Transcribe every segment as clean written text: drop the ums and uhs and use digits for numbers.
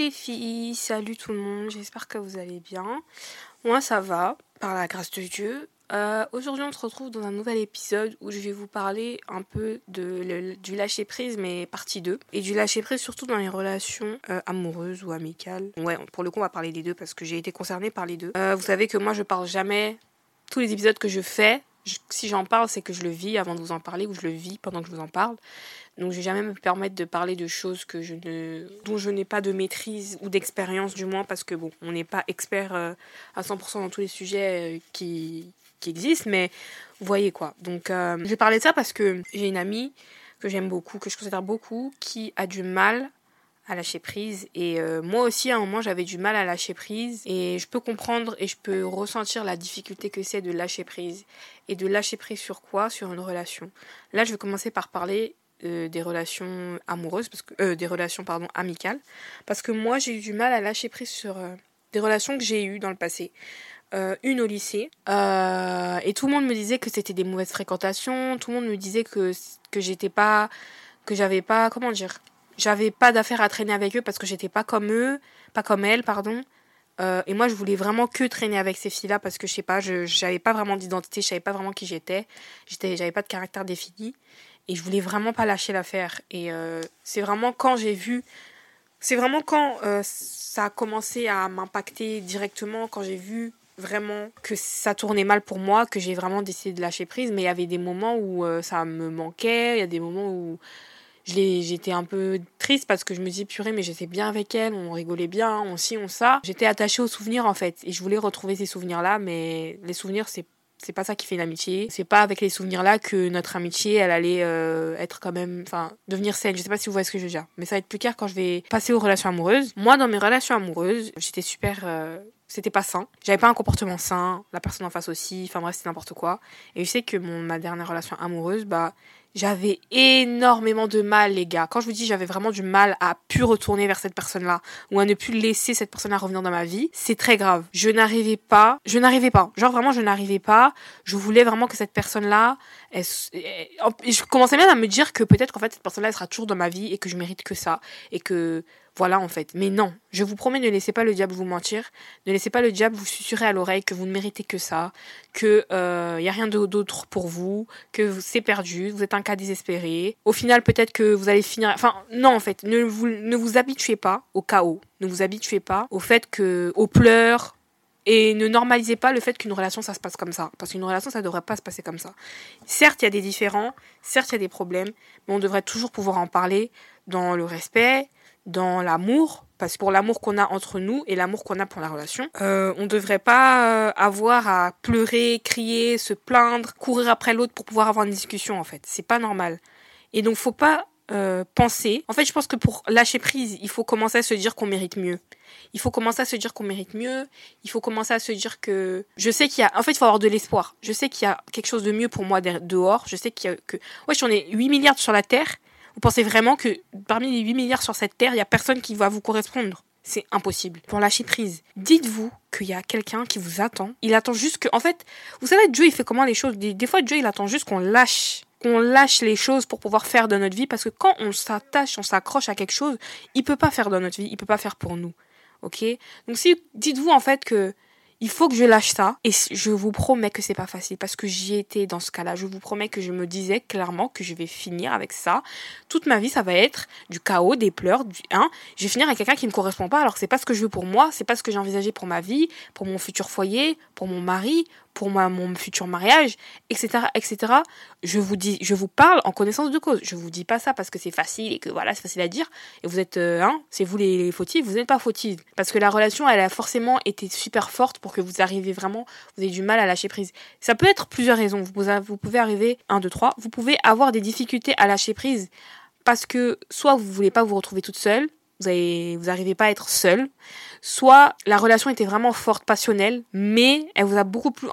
les filles, salut tout le monde, j'espère que vous allez bien. Moi ça va, par la grâce de Dieu. Aujourd'hui on se retrouve dans un nouvel épisode où je vais vous parler un peu du lâcher prise, mais partie 2. Et du lâcher prise surtout dans les relations amoureuses ou amicales. Ouais, pour le coup on va parler des deux parce que j'ai été concernée par les deux. Vous savez que moi je parle jamais, tous les épisodes que je fais, si j'en parle c'est que je le vis avant de vous en parler ou je le vis pendant que je vous en parle. Donc je vais jamais me permettre de parler de choses dont je n'ai pas de maîtrise ou d'expérience du moins, parce que bon, on n'est pas expert à 100% dans tous les sujets qui existent, mais vous voyez quoi. Donc je vais parler de ça parce que j'ai une amie que j'aime beaucoup, que je considère beaucoup, qui a du mal à lâcher prise. Et moi aussi à un moment j'avais du mal à lâcher prise, et je peux comprendre et je peux ressentir la difficulté que c'est de lâcher prise. Et de lâcher prise sur quoi? Sur une relation. Là je vais commencer par parler des relations amoureuses, amicales, parce que moi j'ai eu du mal à lâcher prise sur des relations que j'ai eues dans le passé. Une au lycée, et tout le monde me disait que c'était des mauvaises fréquentations, tout le monde me disait que j'avais pas d'affaires à traîner avec eux parce que j'étais pas comme elles, pardon. Et moi je voulais vraiment que traîner avec ces filles là parce que je sais pas, j'avais pas vraiment d'identité, je savais pas vraiment qui j'avais pas de caractère défini. Et je voulais vraiment pas lâcher l'affaire. Et c'est vraiment quand ça a commencé à m'impacter directement, quand j'ai vu vraiment que ça tournait mal pour moi, que j'ai vraiment décidé de lâcher prise. Mais il y avait des moments où ça me manquait, il y a des moments où j'étais un peu triste parce que je me dis purée, mais j'étais bien avec elle, on rigolait bien, on ci, on ça. J'étais attachée aux souvenirs en fait, et je voulais retrouver ces souvenirs-là, mais les souvenirs c'est pas ça qui fait une amitié. C'est pas avec les souvenirs-là que notre amitié, elle allait être quand même, devenir saine. Je sais pas si vous voyez ce que je veux dire, mais ça va être plus clair quand je vais passer aux relations amoureuses. Moi, dans mes relations amoureuses, j'étais super... c'était pas sain. J'avais pas un comportement sain. La personne en face aussi. Enfin bref, c'était n'importe quoi. Et je sais que ma dernière relation amoureuse, j'avais énormément de mal, les gars. Quand je vous dis j'avais vraiment du mal à plus retourner vers cette personne-là, ou à ne plus laisser cette personne-là revenir dans ma vie, c'est très grave. Je n'arrivais pas. Genre vraiment, je n'arrivais pas. Je voulais vraiment que cette personne-là, je commençais même à me dire que peut-être qu'en fait, cette personne-là, elle sera toujours dans ma vie et que je mérite que ça. Et que, voilà, en fait. Mais non. Je vous promets, ne laissez pas le diable vous mentir. Ne laissez pas le diable vous susurrer à l'oreille que vous ne méritez que ça. Que, y a rien d'autre pour vous. Que c'est perdu. Vous êtes un cas désespéré. Au final, peut-être que vous allez finir, non, en fait. Ne vous habituez pas au chaos. Ne vous habituez pas au fait aux pleurs. Et ne normalisez pas le fait qu'une relation, ça se passe comme ça. Parce qu'une relation, ça ne devrait pas se passer comme ça. Certes, il y a des différends. Certes, il y a des problèmes. Mais on devrait toujours pouvoir en parler dans le respect, dans l'amour. Parce que pour l'amour qu'on a entre nous et l'amour qu'on a pour la relation, on ne devrait pas avoir à pleurer, crier, se plaindre, courir après l'autre pour pouvoir avoir une discussion, en fait. C'est pas normal. Et donc, faut pas penser. En fait, je pense que pour lâcher prise, il faut commencer à se dire qu'on mérite mieux. Il faut commencer à se dire qu'on mérite mieux. Il faut commencer à se dire que... Je sais qu'il y a... En fait, il faut avoir de l'espoir. Je sais qu'il y a quelque chose de mieux pour moi dehors. Je sais qu'il y a que... Ouais, j'en ai 8 milliards sur la Terre. Vous pensez vraiment que parmi les 8 milliards sur cette Terre, il y a personne qui va vous correspondre? C'est impossible. Pour lâcher prise, dites-vous qu'il y a quelqu'un qui vous attend. Il attend juste que... En fait, vous savez, Dieu, il fait comment les choses? Des fois, Dieu, il attend juste qu'on lâche les choses pour pouvoir faire dans notre vie, parce que quand on s'attache, on s'accroche à quelque chose, il peut pas faire dans notre vie, il peut pas faire pour nous. Ok? Donc dites-vous en fait que il faut que je lâche ça, et je vous promets que c'est pas facile parce que j'y étais dans ce cas-là. Je vous promets que je me disais clairement que je vais finir avec ça. Toute ma vie, ça va être du chaos, des pleurs, je vais finir avec quelqu'un qui me correspond pas, alors que c'est pas ce que je veux pour moi, c'est pas ce que j'ai envisagé pour ma vie, pour mon futur foyer, pour mon mari, pour mon futur mariage, etc., etc. Je vous parle en connaissance de cause. Je vous dis pas ça parce que c'est facile et que voilà, c'est facile à dire. Et vous êtes, c'est vous les fautifs, vous n'êtes pas fautifs. Parce que la relation, elle a forcément été super forte pour que vous arriviez vraiment, vous ayez du mal à lâcher prise. Ça peut être plusieurs raisons. Vous pouvez arriver, 1, 2, 3. Vous pouvez avoir des difficultés à lâcher prise parce que soit vous voulez pas vous retrouver toute seule, vous arrivez pas à être seule, soit la relation était vraiment forte, passionnelle, mais elle vous a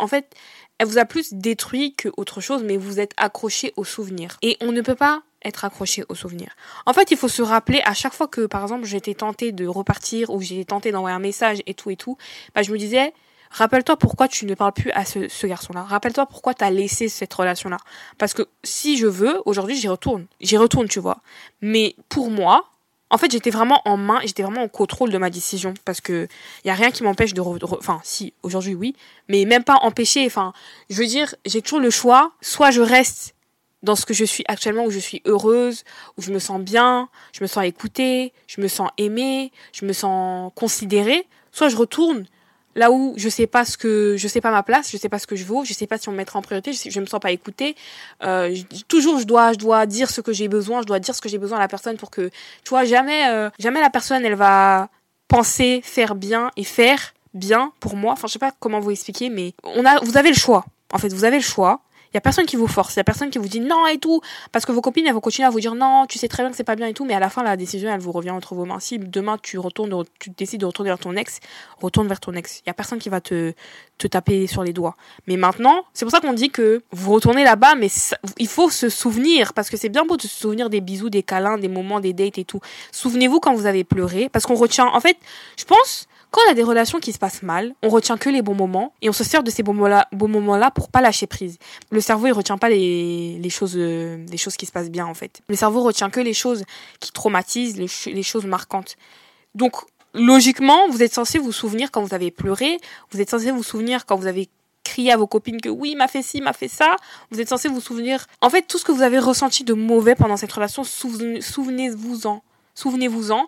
elle vous a plus détruit que autre chose, mais vous êtes accroché aux souvenirs. Et on ne peut pas être accroché aux souvenirs. En fait, il faut se rappeler à chaque fois que, par exemple, j'étais tentée de repartir ou j'étais tentée d'envoyer un message et tout, je me disais, rappelle-toi pourquoi tu ne parles plus à ce garçon-là. Rappelle-toi pourquoi tu as laissé cette relation-là. Parce que si je veux, aujourd'hui, j'y retourne, tu vois. Mais pour moi, En fait, j'étais vraiment en contrôle de ma décision parce que il y a rien qui m'empêche enfin si, aujourd'hui oui, mais même pas empêcher, enfin, je veux dire, j'ai toujours le choix, soit je reste dans ce que je suis actuellement où je suis heureuse, où je me sens bien, je me sens écoutée, je me sens aimée, je me sens considérée, soit je retourne là où je sais pas ma place, je sais pas ce que je vaux, je sais pas si on me mettra en priorité, je me sens pas écoutée. Toujours je dois dire ce que j'ai besoin, je dois dire ce que j'ai besoin à la personne pour que, tu vois, jamais la personne elle va penser faire bien et faire bien pour moi. Enfin, je sais pas comment vous expliquer, mais vous avez le choix. En fait, vous avez le choix. Il y a personne qui vous force, il y a personne qui vous dit non et tout, parce que vos copines elles vont continuer à vous dire non, tu sais très bien que c'est pas bien et tout, mais à la fin la décision elle vous revient entre vos mains. Si demain tu décides de retourner vers ton ex, retourne vers ton ex. Il y a personne qui va te taper sur les doigts. Mais maintenant, c'est pour ça qu'on dit que vous retournez là-bas, mais il faut se souvenir, parce que c'est bien beau de se souvenir des bisous, des câlins, des moments, des dates et tout. Souvenez-vous quand vous avez pleuré, parce qu'on retient, en fait, je pense, quand on a des relations qui se passent mal, on retient que les bons moments et on se sert de ces bons moments-là pour pas lâcher prise. Le cerveau, il retient pas les choses qui se passent bien, en fait. Le cerveau retient que les choses qui traumatisent, les choses marquantes. Donc, logiquement, vous êtes censé vous souvenir quand vous avez pleuré, vous êtes censé vous souvenir quand vous avez crié à vos copines que oui, m'a fait ci, m'a fait ça. Vous êtes censé vous souvenir. En fait, tout ce que vous avez ressenti de mauvais pendant cette relation, souvenez-vous-en. Souvenez-vous-en.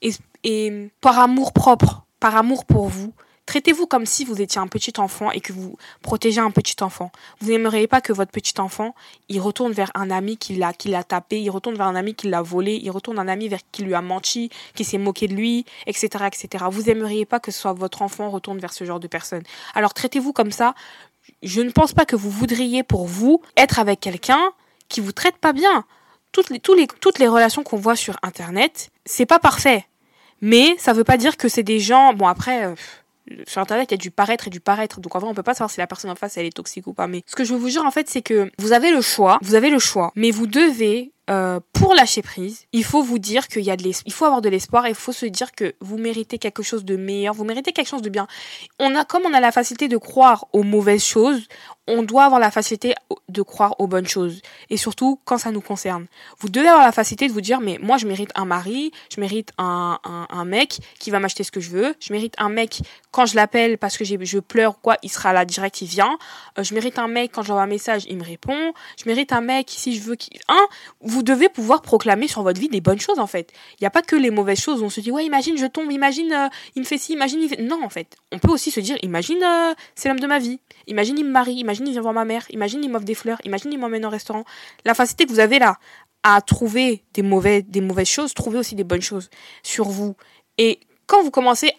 Et par amour propre, par amour pour vous, traitez-vous comme si vous étiez un petit enfant et que vous protégez un petit enfant. Vous n'aimeriez pas que votre petit enfant, il retourne vers un ami qui l'a tapé, il retourne vers un ami qui l'a volé, il retourne un ami vers qui lui a menti, qui s'est moqué de lui, etc., etc. Vous aimeriez pas que ce soit votre enfant retourne vers ce genre de personne. Alors traitez-vous comme ça. Je ne pense pas que vous voudriez pour vous être avec quelqu'un qui vous traite pas bien. Toutes les relations qu'on voit sur Internet, c'est pas parfait. Mais ça veut pas dire que c'est des gens... Bon, après, sur Internet, il y a du paraître et du paraître. Donc, en vrai, on peut pas savoir si la personne en face, elle est toxique ou pas. Mais ce que je veux vous dire, en fait, c'est que vous avez le choix. Mais vous devez, pour lâcher prise, il faut vous dire il faut avoir de l'espoir et il faut se dire que vous méritez quelque chose de meilleur. Vous méritez quelque chose de bien. Comme on a la facilité de croire aux mauvaises choses, on doit avoir la facilité de croire aux bonnes choses. Et surtout, quand ça nous concerne. Vous devez avoir la facilité de vous dire, mais moi, je mérite un mari, je mérite un mec qui va m'acheter ce que je veux, je mérite un mec, quand je l'appelle parce que je pleure, quoi, il sera là direct, il vient. Je mérite un mec, quand j'envoie un message, il me répond. Je mérite un mec, si je veux vous devez pouvoir proclamer sur votre vie des bonnes choses, en fait. Il n'y a pas que les mauvaises choses où on se dit, ouais, imagine, je tombe, imagine, il me fait ci, imagine, Non, en fait. On peut aussi se dire, imagine, c'est l'homme de ma vie. Imagine, il me marie. Imagine, il vient voir ma mère. Imagine, il m'offre des fleurs. Imagine, il m'emmène au restaurant. La facilité que vous avez là à trouver des mauvaises choses, trouvez aussi des bonnes choses sur vous. Et quand vous commencez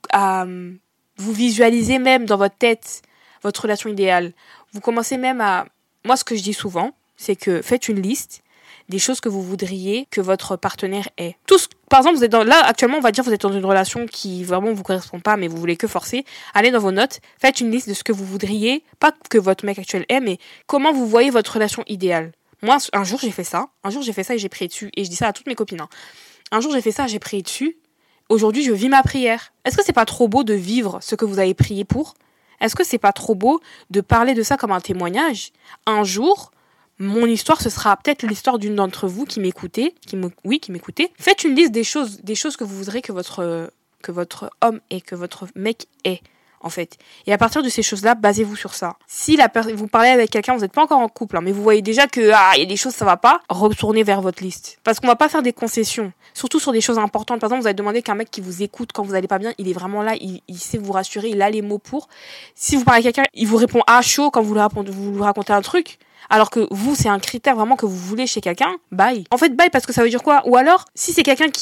à vous visualiser même dans votre tête votre relation idéale, vous commencez même à... Moi, ce que je dis souvent, c'est que faites une liste des choses que vous voudriez que votre partenaire ait. Par exemple, actuellement, on va dire, vous êtes dans une relation qui vraiment vous correspond pas, mais vous voulez que forcer. Allez dans vos notes, faites une liste de ce que vous voudriez, pas que votre mec actuel ait, mais comment vous voyez votre relation idéale. Moi, un jour, j'ai fait ça et j'ai prié dessus. Et je dis ça à toutes mes copines. Un jour, j'ai fait ça, j'ai prié dessus. Aujourd'hui, je vis ma prière. Est-ce que c'est pas trop beau de vivre ce que vous avez prié pour? Est-ce que c'est pas trop beau de parler de ça comme un témoignage? Un jour, mon histoire, ce sera peut-être l'histoire d'une d'entre vous qui m'écoutez, qui m'écoutez. Faites une liste des choses que vous voudrez que votre homme et que votre mec ait, en fait. Et à partir de ces choses-là, basez-vous sur ça. Si vous parlez avec quelqu'un, vous n'êtes pas encore en couple, mais vous voyez déjà que il y a des choses ça va pas, retournez vers votre liste. Parce qu'on va pas faire des concessions, surtout sur des choses importantes. Par exemple, vous avez demandé qu'un mec qui vous écoute quand vous allez pas bien, il est vraiment là, il sait vous rassurer, il a les mots pour. Si vous parlez à quelqu'un, il vous répond à chaud quand vous lui racontez un truc. Alors que vous, c'est un critère vraiment que vous voulez chez quelqu'un, bye. En fait, bye parce que ça veut dire quoi? Ou alors, si c'est quelqu'un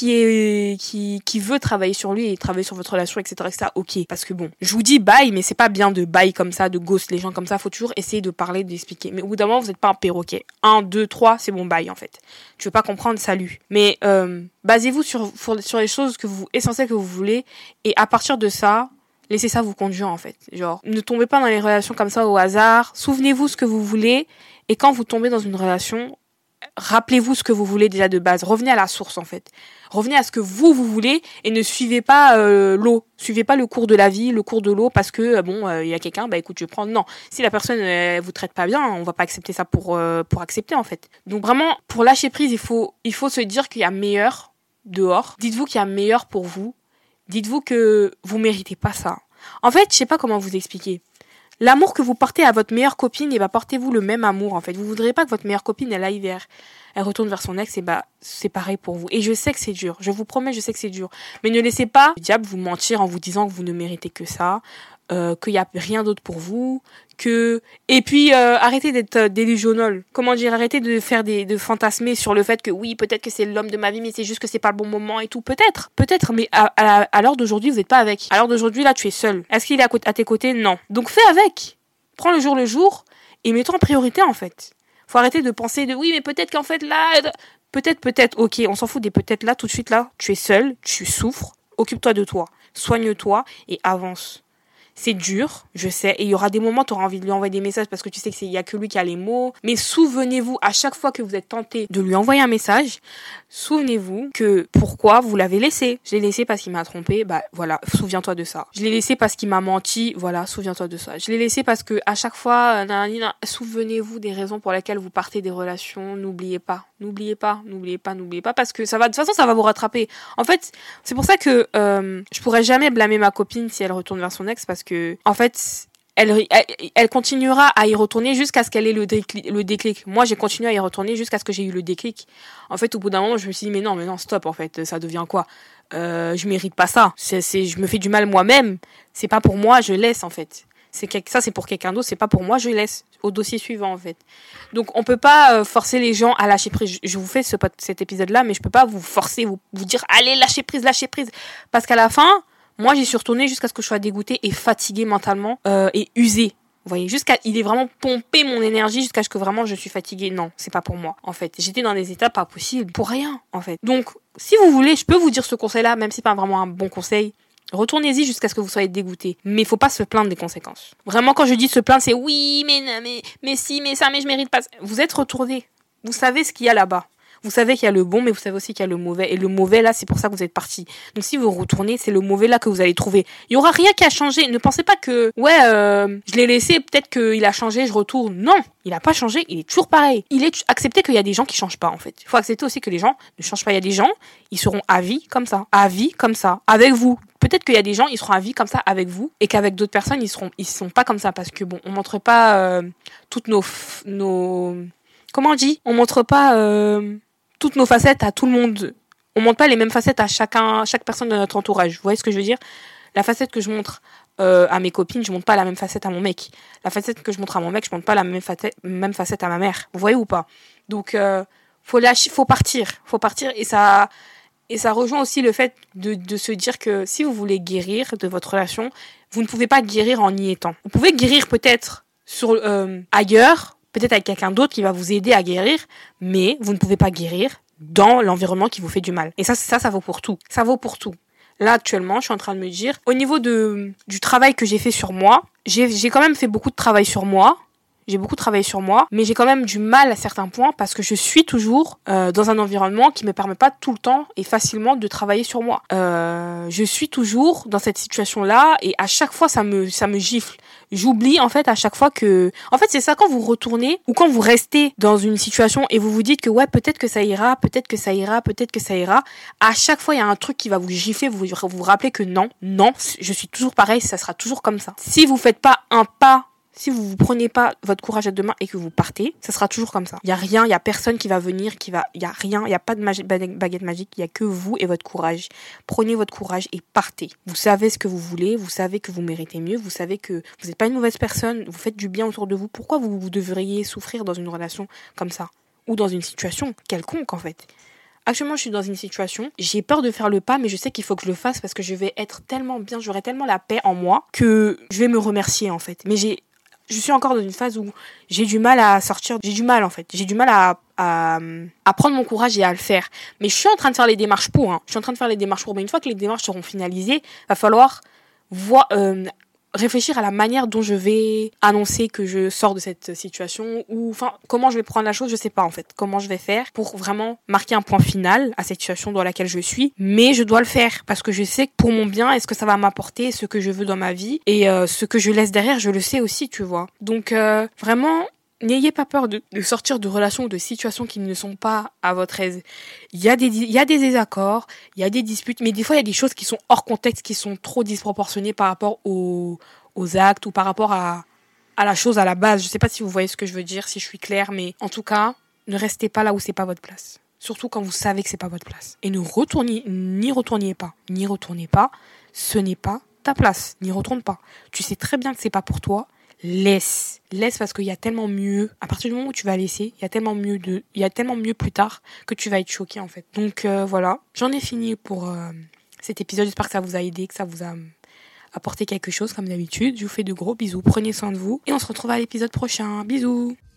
qui veut travailler sur lui et travailler sur votre relation, etc., ok. Parce que bon, je vous dis bye, mais c'est pas bien de bye comme ça, de ghost les gens comme ça. Faut toujours essayer de parler, d'expliquer. Mais au bout d'un moment, vous n'êtes pas un perroquet. 1, 2, 3, c'est bon bye en fait. Tu veux pas comprendre, salut. Mais basez-vous sur les choses essentielles que vous voulez et à partir de ça, laissez ça vous conduire en fait. Genre, ne tombez pas dans les relations comme ça au hasard. Souvenez-vous ce que vous voulez. Et quand vous tombez dans une relation, rappelez-vous ce que vous voulez déjà de base. Revenez à la source en fait. Revenez à ce que vous voulez et ne suivez pas l'eau. Suivez pas le cours de la vie, le cours de l'eau parce que il y a quelqu'un, écoute, je prends. Non, si la personne vous traite pas bien, on va pas accepter ça pour accepter en fait. Donc vraiment, pour lâcher prise, il faut se dire qu'il y a meilleur dehors. Dites-vous qu'il y a meilleur pour vous. Dites-vous que vous méritez pas ça. En fait, je sais pas comment vous expliquer. L'amour que vous portez à votre meilleure copine, portez-vous le même amour, en fait. Vous voudrez pas que votre meilleure copine, elle retourne vers son ex, c'est pareil pour vous. Et je sais que c'est dur. Je vous promets, je sais que c'est dur. Mais ne laissez pas le diable vous mentir en vous disant que vous ne méritez que ça, qu'il y a rien d'autre pour vous, et puis arrêtez d'être délusionnel. Comment dire, arrêtez de fantasmer sur le fait que oui, peut-être que c'est l'homme de ma vie, mais c'est juste que c'est pas le bon moment et tout. Peut-être, mais à l'heure d'aujourd'hui, vous n'êtes pas avec. À l'heure d'aujourd'hui, là, tu es seul. Est-ce qu'il est à tes côtés? Non. Donc fais avec. Prends le jour et mets-toi en priorité, en fait. Faut arrêter de penser de oui, mais peut-être qu'en fait là, peut-être, ok, on s'en fout des peut-être là, tout de suite là, tu es seul, tu souffres, occupe-toi de toi, soigne-toi et avance. C'est dur, je sais, et il y aura des moments où tu auras envie de lui envoyer des messages parce que tu sais qu'il y a que lui qui a les mots. Mais souvenez-vous, à chaque fois que vous êtes tenté de lui envoyer un message, souvenez-vous que pourquoi vous l'avez laissé. Je l'ai laissé parce qu'il m'a trompé, voilà, souviens-toi de ça. Je l'ai laissé parce qu'il m'a menti, voilà, souviens-toi de ça. Je l'ai laissé parce que à chaque fois, souvenez-vous des raisons pour lesquelles vous partez des relations, n'oubliez pas, parce que de toute façon, ça va vous rattraper. En fait, c'est pour ça que je pourrais jamais blâmer ma copine si elle retourne vers son ex, parce que en fait elle continuera à y retourner jusqu'à ce qu'elle ait le déclic. Moi, j'ai continué à y retourner jusqu'à ce que j'ai eu le déclic. En fait, au bout d'un moment, je me suis dit mais non, stop, en fait, ça devient quoi? Je mérite pas ça. Je me fais du mal moi-même. C'est pas pour moi, je laisse, en fait. Ça, c'est pour quelqu'un d'autre, c'est pas pour moi, je laisse au dossier suivant, en fait. Donc, on peut pas forcer les gens à lâcher prise. Je vous fais cet épisode-là, mais je peux pas vous forcer, vous dire, allez, lâchez prise. Parce qu'à la fin, moi, j'y suis retournée jusqu'à ce que je sois dégoûtée et fatiguée mentalement, et usée. Vous voyez, il est vraiment pompé mon énergie jusqu'à ce que vraiment je suis fatiguée. Non, c'est pas pour moi, en fait. J'étais dans des états pas possibles, pour rien, en fait. Donc, si vous voulez, je peux vous dire ce conseil-là, même si c'est pas vraiment un bon conseil. Retournez-y jusqu'à ce que vous soyez dégoûté. Mais il faut pas se plaindre des conséquences. Vraiment, quand je dis se plaindre, c'est oui, mais si, mais ça, mais je mérite pas. Vous êtes retourné. Vous savez ce qu'il y a là-bas. Vous savez qu'il y a le bon, mais vous savez aussi qu'il y a le mauvais. Et le mauvais, là, c'est pour ça que vous êtes parti. Donc, si vous retournez, c'est le mauvais là que vous allez trouver. Il y aura rien qui a changé. Ne pensez pas que, je l'ai laissé, peut-être qu'il a changé, je retourne. Non, il a pas changé, il est toujours pareil. Accepter qu'il y a des gens qui changent pas, en fait. Il faut accepter aussi que les gens ne changent pas. Il y a des gens, ils seront à vie comme ça, avec vous. Peut-être qu'il y a des gens, ils seront à vie comme ça avec vous, et qu'avec d'autres personnes, ils sont pas comme ça, parce que bon, on montre pas toutes nos comment on dit, on montre pas toutes nos facettes à tout le monde. On montre pas les mêmes facettes à chaque personne de notre entourage. Vous voyez ce que je veux dire? La facette que je montre à mes copines, je montre pas la même facette à mon mec. La facette que je montre à mon mec, je montre pas la même facette à ma mère. Vous voyez ou pas? Donc faut partir et ça rejoint aussi le fait de se dire que si vous voulez guérir de votre relation, vous ne pouvez pas guérir en y étant. Vous pouvez guérir peut-être ailleurs, peut-être avec quelqu'un d'autre qui va vous aider à guérir, mais vous ne pouvez pas guérir dans l'environnement qui vous fait du mal. Et ça vaut pour tout. Ça vaut pour tout. Là, actuellement, je suis en train de me dire, au niveau du travail que j'ai fait sur moi, j'ai quand même fait beaucoup de travail sur moi. J'ai beaucoup travaillé sur moi, mais j'ai quand même du mal à certains points parce que je suis toujours dans un environnement qui me permet pas tout le temps et facilement de travailler sur moi. Je suis toujours dans cette situation-là et à chaque fois ça me gifle. J'oublie en fait à chaque fois que... En fait c'est ça, quand vous retournez ou quand vous restez dans une situation et vous vous dites que ouais, peut-être que ça ira, à chaque fois il y a un truc qui va vous gifler, vous rappelez que non, je suis toujours pareil, ça sera toujours comme ça. Si vous faites pas un pas, si vous prenez pas votre courage à deux mains et que vous partez, ça sera toujours comme ça. Il y a rien, il y a personne qui va venir, il y a rien, il y a pas de baguette magique, il y a que vous et votre courage. Prenez votre courage et partez. Vous savez ce que vous voulez, vous savez que vous méritez mieux, vous savez que vous n'êtes pas une mauvaise personne, vous faites du bien autour de vous. Pourquoi vous devriez souffrir dans une relation comme ça? Ou dans une situation quelconque en fait? Actuellement, je suis dans une situation, j'ai peur de faire le pas, mais je sais qu'il faut que je le fasse parce que je vais être tellement bien, j'aurai tellement la paix en moi que je vais me remercier en fait. Mais je suis encore dans une phase où j'ai du mal à sortir, j'ai du mal à prendre mon courage et à le faire. Mais je suis en train de faire les démarches pour, mais une fois que les démarches seront finalisées, va falloir réfléchir à la manière dont je vais annoncer que je sors de cette situation, ou enfin comment je vais prendre la chose, je sais pas en fait comment je vais faire pour vraiment marquer un point final à cette situation dans laquelle je suis, mais je dois le faire parce que je sais que pour mon bien, est-ce que ça va m'apporter ce que je veux dans ma vie et ce que je laisse derrière, je le sais aussi, tu vois. Donc vraiment N'ayez pas peur de sortir de relations ou de situations qui ne sont pas à votre aise. Il y a des désaccords, il y a des disputes, mais des fois, il y a des choses qui sont hors contexte, qui sont trop disproportionnées par rapport aux actes ou par rapport à la chose à la base. Je sais pas si vous voyez ce que je veux dire, si je suis claire, mais en tout cas, ne restez pas là où c'est pas votre place. Surtout quand vous savez que c'est pas votre place. Et n'y retourniez pas. N'y retournez pas. Ce n'est pas ta place. N'y retourne pas. Tu sais très bien que c'est pas pour toi. Laisse parce qu'il y a tellement mieux. À partir du moment où tu vas laisser, il y a tellement mieux plus tard que tu vas être choqué en fait. Donc voilà, j'en ai fini pour cet épisode. J'espère que ça vous a aidé, que ça vous a apporté quelque chose comme d'habitude. Je vous fais de gros bisous. Prenez soin de vous et on se retrouve à l'épisode prochain. Bisous.